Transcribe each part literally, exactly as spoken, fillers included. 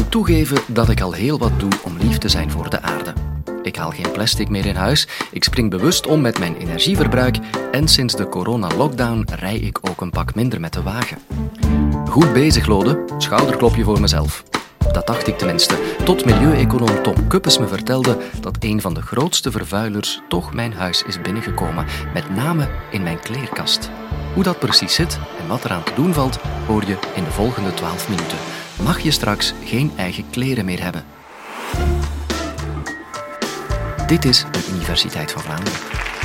moet toegeven dat ik al heel wat doe om lief te zijn voor de aarde. Ik haal geen plastic meer in huis, ik spring bewust om met mijn energieverbruik en sinds de corona-lockdown rij ik ook een pak minder met de wagen. Goed bezig, Lode. Schouderklopje voor mezelf. Dat dacht ik tenminste, tot milieueconoom Tom Kuppes me vertelde dat een van de grootste vervuilers toch mijn huis is binnengekomen, met name in mijn kleerkast. Hoe dat precies zit en wat eraan te doen valt, hoor je in de volgende twaalf minuten. Mag je straks geen eigen kleren meer hebben? Dit is de Universiteit van Vlaanderen.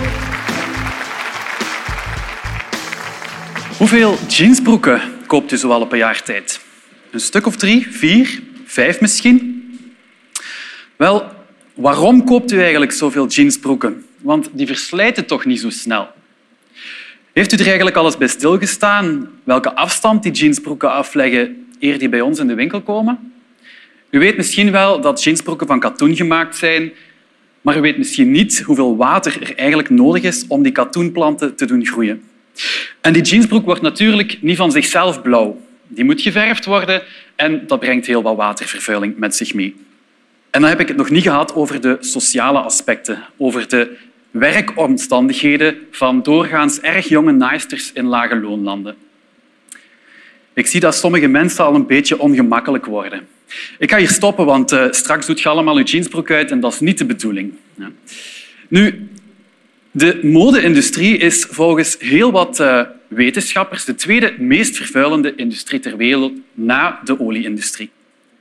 Hoeveel jeansbroeken koopt u zoal op een jaar tijd? Een stuk of drie, vier, vijf misschien? Wel, waarom koopt u eigenlijk zoveel jeansbroeken? Want die verslijten toch niet zo snel. Heeft u er eigenlijk al eens bij stilgestaan welke afstand die jeansbroeken afleggen eer die bij ons in de winkel komen? U weet misschien wel dat jeansbroeken van katoen gemaakt zijn, maar u weet misschien niet hoeveel water er eigenlijk nodig is om die katoenplanten te doen groeien. En die jeansbroek wordt natuurlijk niet van zichzelf blauw. Die moet geverfd worden en dat brengt heel wat watervervuiling met zich mee. En dan heb ik het nog niet gehad over de sociale aspecten, over de werkomstandigheden van doorgaans erg jonge naaisters in lage loonlanden. Ik zie dat sommige mensen al een beetje ongemakkelijk worden. Ik ga hier stoppen, want uh, straks doet je allemaal je jeansbroek uit en dat is niet de bedoeling. Ja. Nu, de mode-industrie is volgens heel wat uh, wetenschappers de tweede meest vervuilende industrie ter wereld na de olie-industrie.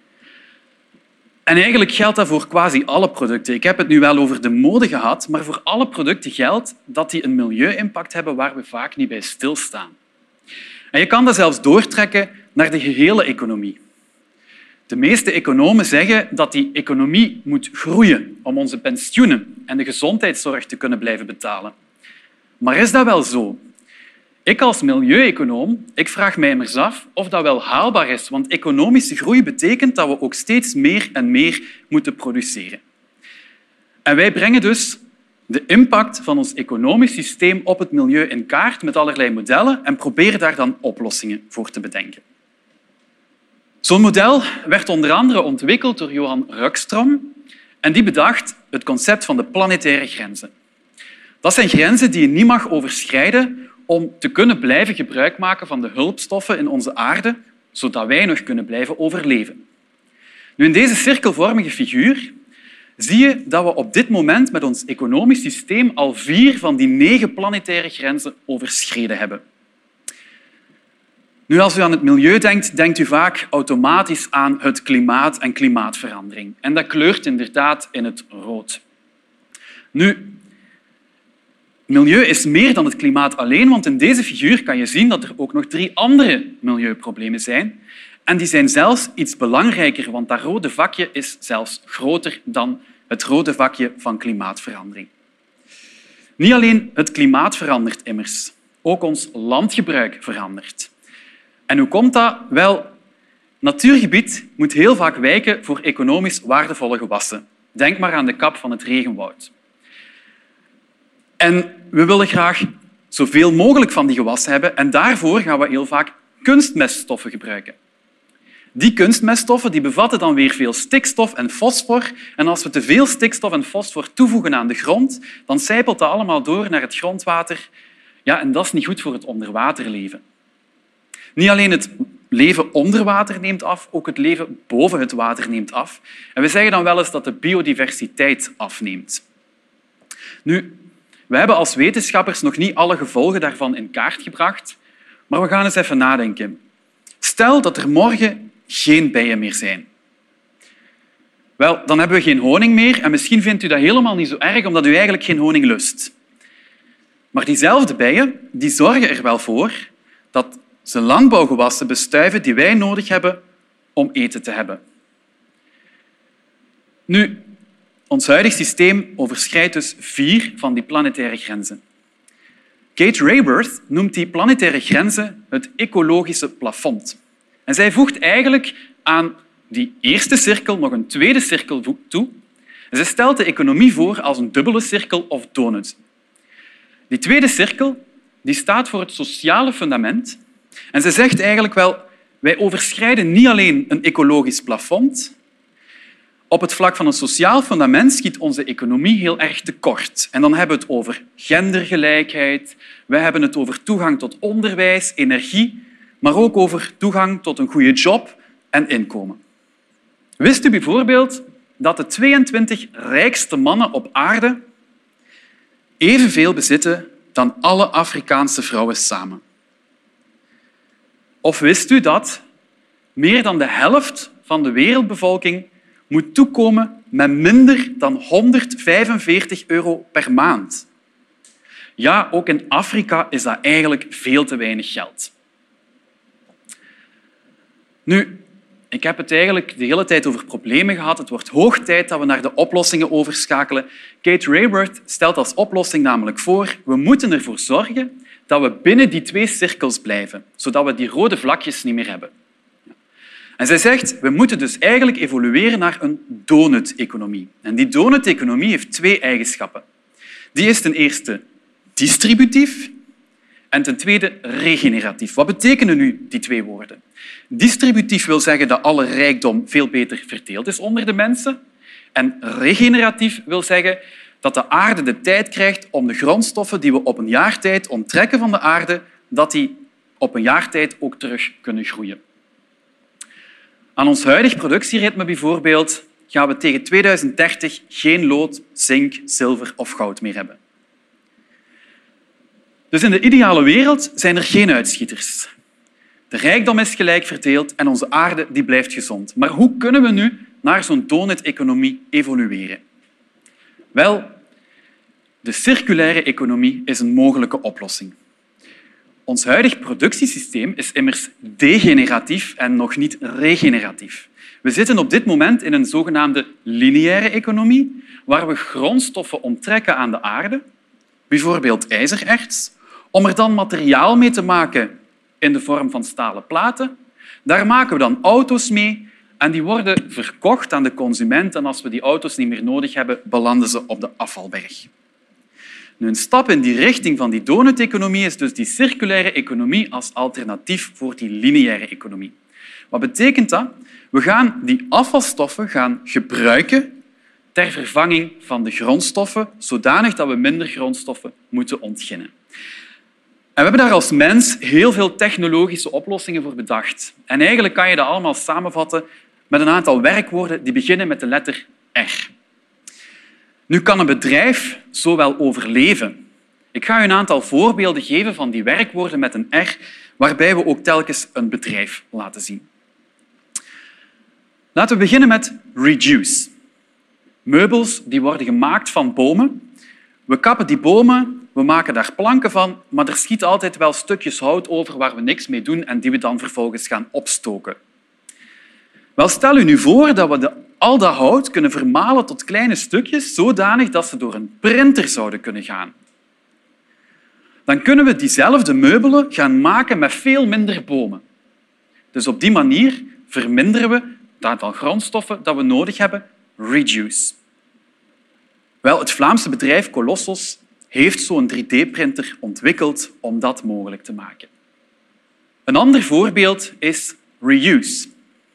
En eigenlijk geldt dat voor quasi alle producten. Ik heb het nu wel over de mode gehad, maar voor alle producten geldt dat die een milieu-impact hebben waar we vaak niet bij stilstaan. En je kan dat zelfs doortrekken naar de gehele economie. De meeste economen zeggen dat die economie moet groeien om onze pensioenen en de gezondheidszorg te kunnen blijven betalen. Maar is dat wel zo? Ik als milieueconoom ik vraag mij immers af of dat wel haalbaar is, want economische groei betekent dat we ook steeds meer en meer moeten produceren. En wij brengen dus de impact van ons economisch systeem op het milieu in kaart met allerlei modellen en proberen daar dan oplossingen voor te bedenken. Zo'n model werd onder andere ontwikkeld door Johan Rockström en die bedacht het concept van de planetaire grenzen. Dat zijn grenzen die je niet mag overschrijden om te kunnen blijven gebruik maken van de hulpstoffen in onze aarde, zodat wij nog kunnen blijven overleven. Nu, in deze cirkelvormige figuur zie je dat we op dit moment met ons economisch systeem al vier van die negen planetaire grenzen overschreden hebben. Nu, als u aan het milieu denkt, denkt u vaak automatisch aan het klimaat en klimaatverandering. En dat kleurt inderdaad in het rood. Nu, milieu is meer dan het klimaat alleen, want in deze figuur kan je zien dat er ook nog drie andere milieuproblemen zijn. En die zijn zelfs iets belangrijker, want dat rode vakje is zelfs groter dan het rode vakje van klimaatverandering. Niet alleen het klimaat verandert immers, ook ons landgebruik verandert. En hoe komt dat? Wel, natuurgebied moet heel vaak wijken voor economisch waardevolle gewassen. Denk maar aan de kap van het regenwoud. En we willen graag zoveel mogelijk van die gewassen hebben en daarvoor gaan we heel vaak kunstmeststoffen gebruiken. Die kunstmeststoffen die bevatten dan weer veel stikstof en fosfor. En als we te veel stikstof en fosfor toevoegen aan de grond, dan sijpelt dat allemaal door naar het grondwater. Ja, en dat is niet goed voor het onderwaterleven. Niet alleen het leven onder water neemt af, ook het leven boven het water neemt af. En we zeggen dan wel eens dat de biodiversiteit afneemt. Nu, we hebben als wetenschappers nog niet alle gevolgen daarvan in kaart gebracht, maar we gaan eens even nadenken. Stel dat er morgen geen bijen meer zijn. Wel, dan hebben we geen honing meer en misschien vindt u dat helemaal niet zo erg, omdat u eigenlijk geen honing lust. Maar diezelfde bijen die zorgen er wel voor dat ze landbouwgewassen bestuiven die wij nodig hebben om eten te hebben. Nu, ons huidig systeem overschrijdt dus vier van die planetaire grenzen. Kate Raworth noemt die planetaire grenzen het ecologische plafond. En zij voegt eigenlijk aan die eerste cirkel nog een tweede cirkel toe. En zij stelt de economie voor als een dubbele cirkel of donut. Die tweede cirkel die staat voor het sociale fundament. En ze zegt eigenlijk wel, Wij overschrijden niet alleen een ecologisch plafond. Op het vlak van een sociaal fundament schiet onze economie heel erg tekort. En dan hebben we het over gendergelijkheid, we hebben het over toegang tot onderwijs, energie, maar ook over toegang tot een goede job en inkomen. Wist u bijvoorbeeld dat de tweeëntwintig rijkste mannen op aarde evenveel bezitten dan alle Afrikaanse vrouwen samen? Of wist u dat meer dan de helft van de wereldbevolking moet toekomen met minder dan honderdvijfenveertig euro per maand? Ja, ook in Afrika is dat eigenlijk veel te weinig geld. Nu, ik heb het eigenlijk de hele tijd over problemen gehad. Het wordt hoog tijd dat we naar de oplossingen overschakelen. Kate Raworth stelt als oplossing namelijk voor: we moeten ervoor zorgen dat we binnen die twee cirkels blijven, zodat we die rode vlakjes niet meer hebben. En zij zegt, we moeten dus eigenlijk evolueren naar een donut-economie. En die donut-economie heeft twee eigenschappen. Die is ten eerste distributief en ten tweede regeneratief. Wat betekenen nu die twee woorden? Distributief wil zeggen dat alle rijkdom veel beter verdeeld is onder de mensen. En regeneratief wil zeggen dat de aarde de tijd krijgt om de grondstoffen die we op een jaar tijd onttrekken van de aarde, dat die op een jaar tijd ook terug kunnen groeien. Aan ons huidig productieritme bijvoorbeeld gaan we tegen tweeduizend dertig geen lood, zink, zilver of goud meer hebben. Dus in de ideale wereld zijn er geen uitschieters. De rijkdom is gelijk verdeeld en onze aarde die blijft gezond. Maar hoe kunnen we nu naar zo'n donut-economie evolueren? Wel, de circulaire economie is een mogelijke oplossing. Ons huidig productiesysteem is immers degeneratief en nog niet regeneratief. We zitten op dit moment in een zogenaamde lineaire economie, waar we grondstoffen onttrekken aan de aarde, bijvoorbeeld ijzererts, om er dan materiaal mee te maken in de vorm van stalen platen. Daar maken we dan auto's mee en die worden verkocht aan de consument. En als we die auto's niet meer nodig hebben, belanden ze op de afvalberg. Nu, een stap in die richting van die donut-economie is dus die circulaire economie als alternatief voor die lineaire economie. Wat betekent dat? We gaan die afvalstoffen gaan gebruiken ter vervanging van de grondstoffen, zodanig dat we minder grondstoffen moeten ontginnen. En we hebben daar als mens heel veel technologische oplossingen voor bedacht. En eigenlijk kan je dat allemaal samenvatten met een aantal werkwoorden die beginnen met de letter R. Nu kan een bedrijf zo wel overleven. Ik ga u een aantal voorbeelden geven van die werkwoorden met een R, waarbij we ook telkens een bedrijf laten zien. Laten we beginnen met reduce. Meubels die worden gemaakt van bomen. We kappen die bomen, we maken daar planken van, maar er schieten altijd wel stukjes hout over waar we niks mee doen en die we dan vervolgens gaan opstoken. Wel, stel u nu voor dat we de, al dat hout kunnen vermalen tot kleine stukjes, zodanig dat ze door een printer zouden kunnen gaan. Dan kunnen we diezelfde meubelen gaan maken met veel minder bomen. Dus op die manier verminderen we het aantal grondstoffen dat we nodig hebben. Reduce. Wel, het Vlaamse bedrijf Colossos heeft zo'n drie D-printer ontwikkeld om dat mogelijk te maken. Een ander voorbeeld is reuse.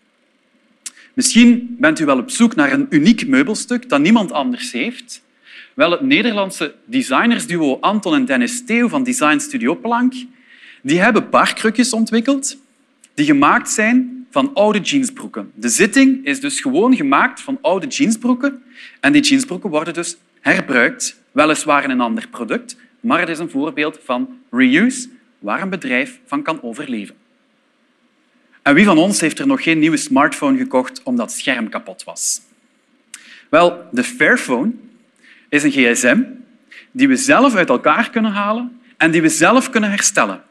Misschien bent u wel op zoek naar een uniek meubelstuk dat niemand anders heeft. Wel, het Nederlandse designersduo Anton en Dennis Theo van Design Studio Plank, die hebben barkrukjes ontwikkeld die gemaakt zijn van oude jeansbroeken. De zitting is dus gewoon gemaakt van oude jeansbroeken en die jeansbroeken worden dus herbruikt, weliswaar in een ander product, maar het is een voorbeeld van reuse waar een bedrijf van kan overleven. En wie van ons heeft er nog geen nieuwe smartphone gekocht omdat het scherm kapot was? Wel, de Fairphone is een gsm die we zelf uit elkaar kunnen halen en die we zelf kunnen herstellen.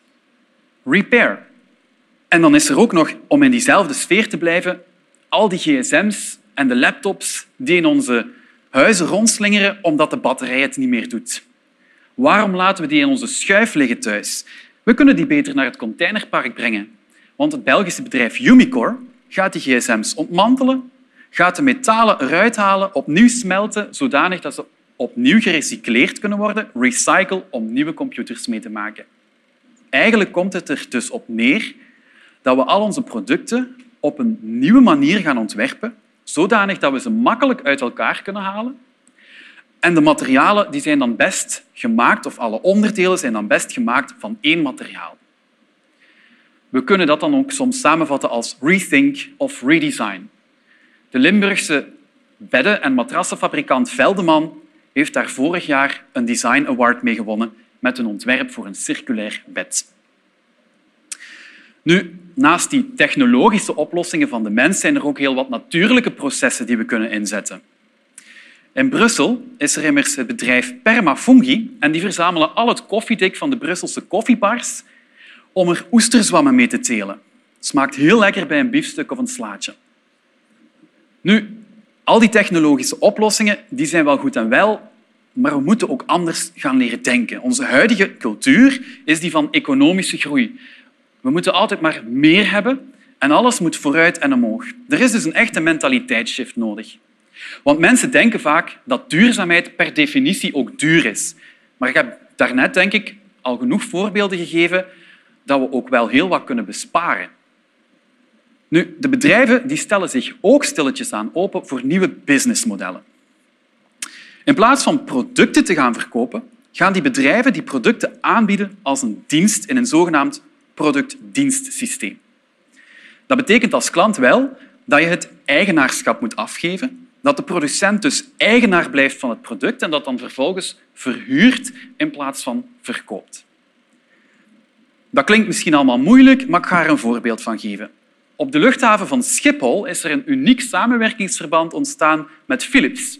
Repair. En dan is er ook nog, om in diezelfde sfeer te blijven, al die gsm's en de laptops die in onze huizen rondslingeren omdat de batterij het niet meer doet. Waarom laten we die in onze schuif liggen thuis? We kunnen die beter naar het containerpark brengen. Want het Belgische bedrijf Umicore gaat die gsm's ontmantelen, gaat de metalen eruit halen, opnieuw smelten, zodanig dat ze opnieuw gerecycleerd kunnen worden, recycle, om nieuwe computers mee te maken. Eigenlijk komt het er dus op neer dat we al onze producten op een nieuwe manier gaan ontwerpen, zodanig dat we ze makkelijk uit elkaar kunnen halen. En de materialen die zijn dan best gemaakt, of alle onderdelen zijn dan best gemaakt van één materiaal. We kunnen dat dan ook soms samenvatten als rethink of redesign. De Limburgse bedden- en matrassenfabrikant Veldeman heeft daar vorig jaar een Design Award mee gewonnen met een ontwerp voor een circulair bed. Nu, naast die technologische oplossingen van de mens zijn er ook heel wat natuurlijke processen die we kunnen inzetten. In Brussel is er immers het bedrijf Permafungi en die verzamelen al het koffiedik van de Brusselse koffiebars om er oesterzwammen mee te telen. Het smaakt heel lekker bij een biefstuk of een slaatje. Nu, al die technologische oplossingen die zijn wel goed en wel, maar we moeten ook anders gaan leren denken. Onze huidige cultuur is die van economische groei. We moeten altijd maar meer hebben en alles moet vooruit en omhoog. Er is dus een echte mentaliteitsshift nodig. Want mensen denken vaak dat duurzaamheid per definitie ook duur is. Maar ik heb daarnet, denk ik, al genoeg voorbeelden gegeven dat we ook wel heel wat kunnen besparen. Nu, de bedrijven die stellen zich ook stilletjes aan open voor nieuwe businessmodellen. In plaats van producten te gaan verkopen, gaan die bedrijven die producten aanbieden als een dienst in een zogenaamd product-dienstsysteem. Dat betekent als klant wel dat je het eigenaarschap moet afgeven, dat de producent dus eigenaar blijft van het product en dat dan vervolgens verhuurt in plaats van verkoopt. Dat klinkt misschien allemaal moeilijk, maar ik ga er een voorbeeld van geven. Op de luchthaven van Schiphol is er een uniek samenwerkingsverband ontstaan met Philips.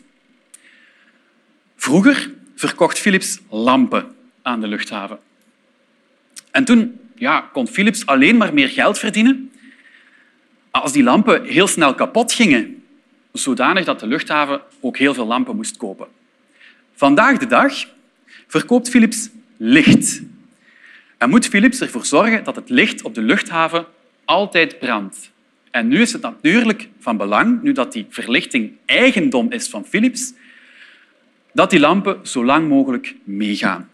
Vroeger verkocht Philips lampen aan de luchthaven. En toen ja, kon Philips alleen maar meer geld verdienen als die lampen heel snel kapot gingen, zodanig dat de luchthaven ook heel veel lampen moest kopen. Vandaag de dag verkoopt Philips licht. En moet Philips ervoor zorgen dat het licht op de luchthaven altijd brandt. En nu is het natuurlijk van belang, nu dat die verlichting eigendom is van Philips, dat die lampen zo lang mogelijk meegaan.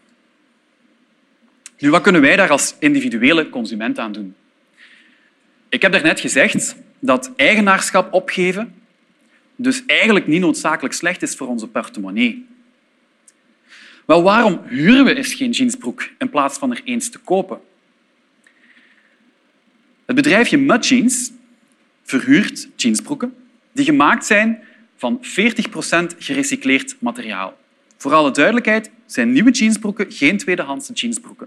Nu, wat kunnen wij daar als individuele consument aan doen? Ik heb daarnet gezegd dat eigenaarschap opgeven dus eigenlijk niet noodzakelijk slecht is voor onze portemonnee. Wel, waarom huren we eens geen jeansbroek in plaats van er eens te kopen? Het bedrijfje Mud Jeans verhuurt jeansbroeken die gemaakt zijn van veertig procent gerecycleerd materiaal. Voor alle duidelijkheid zijn nieuwe jeansbroeken geen tweedehandse jeansbroeken.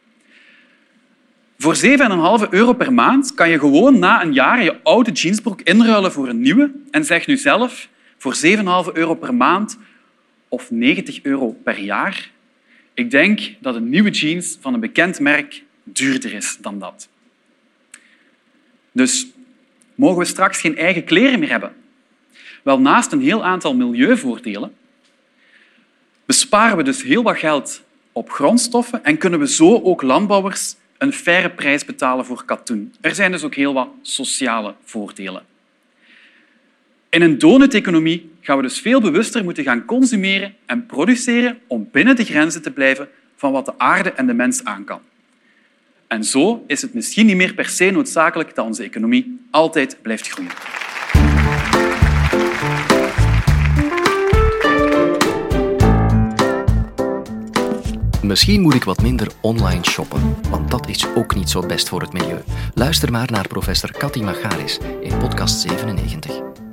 Voor zeven komma vijf euro per maand kan je gewoon na een jaar je oude jeansbroek inruilen voor een nieuwe en zeg nu zelf voor zeven komma vijf euro per maand of negentig euro per jaar. Ik denk dat een nieuwe jeans van een bekend merk duurder is dan dat. Dus mogen we straks geen eigen kleren meer hebben? Wel, naast een heel aantal milieuvoordelen besparen we dus heel wat geld op grondstoffen en kunnen we zo ook landbouwers een faire prijs betalen voor katoen. Er zijn dus ook heel wat sociale voordelen. In een donut-economie gaan we dus veel bewuster moeten gaan consumeren en produceren om binnen de grenzen te blijven van wat de aarde en de mens aan kan. En zo is het misschien niet meer per se noodzakelijk dat onze economie altijd blijft groeien. Misschien moet ik wat minder online shoppen, want dat is ook niet zo best voor het milieu. Luister maar naar professor Kati Macharis in podcast zevenennegentig.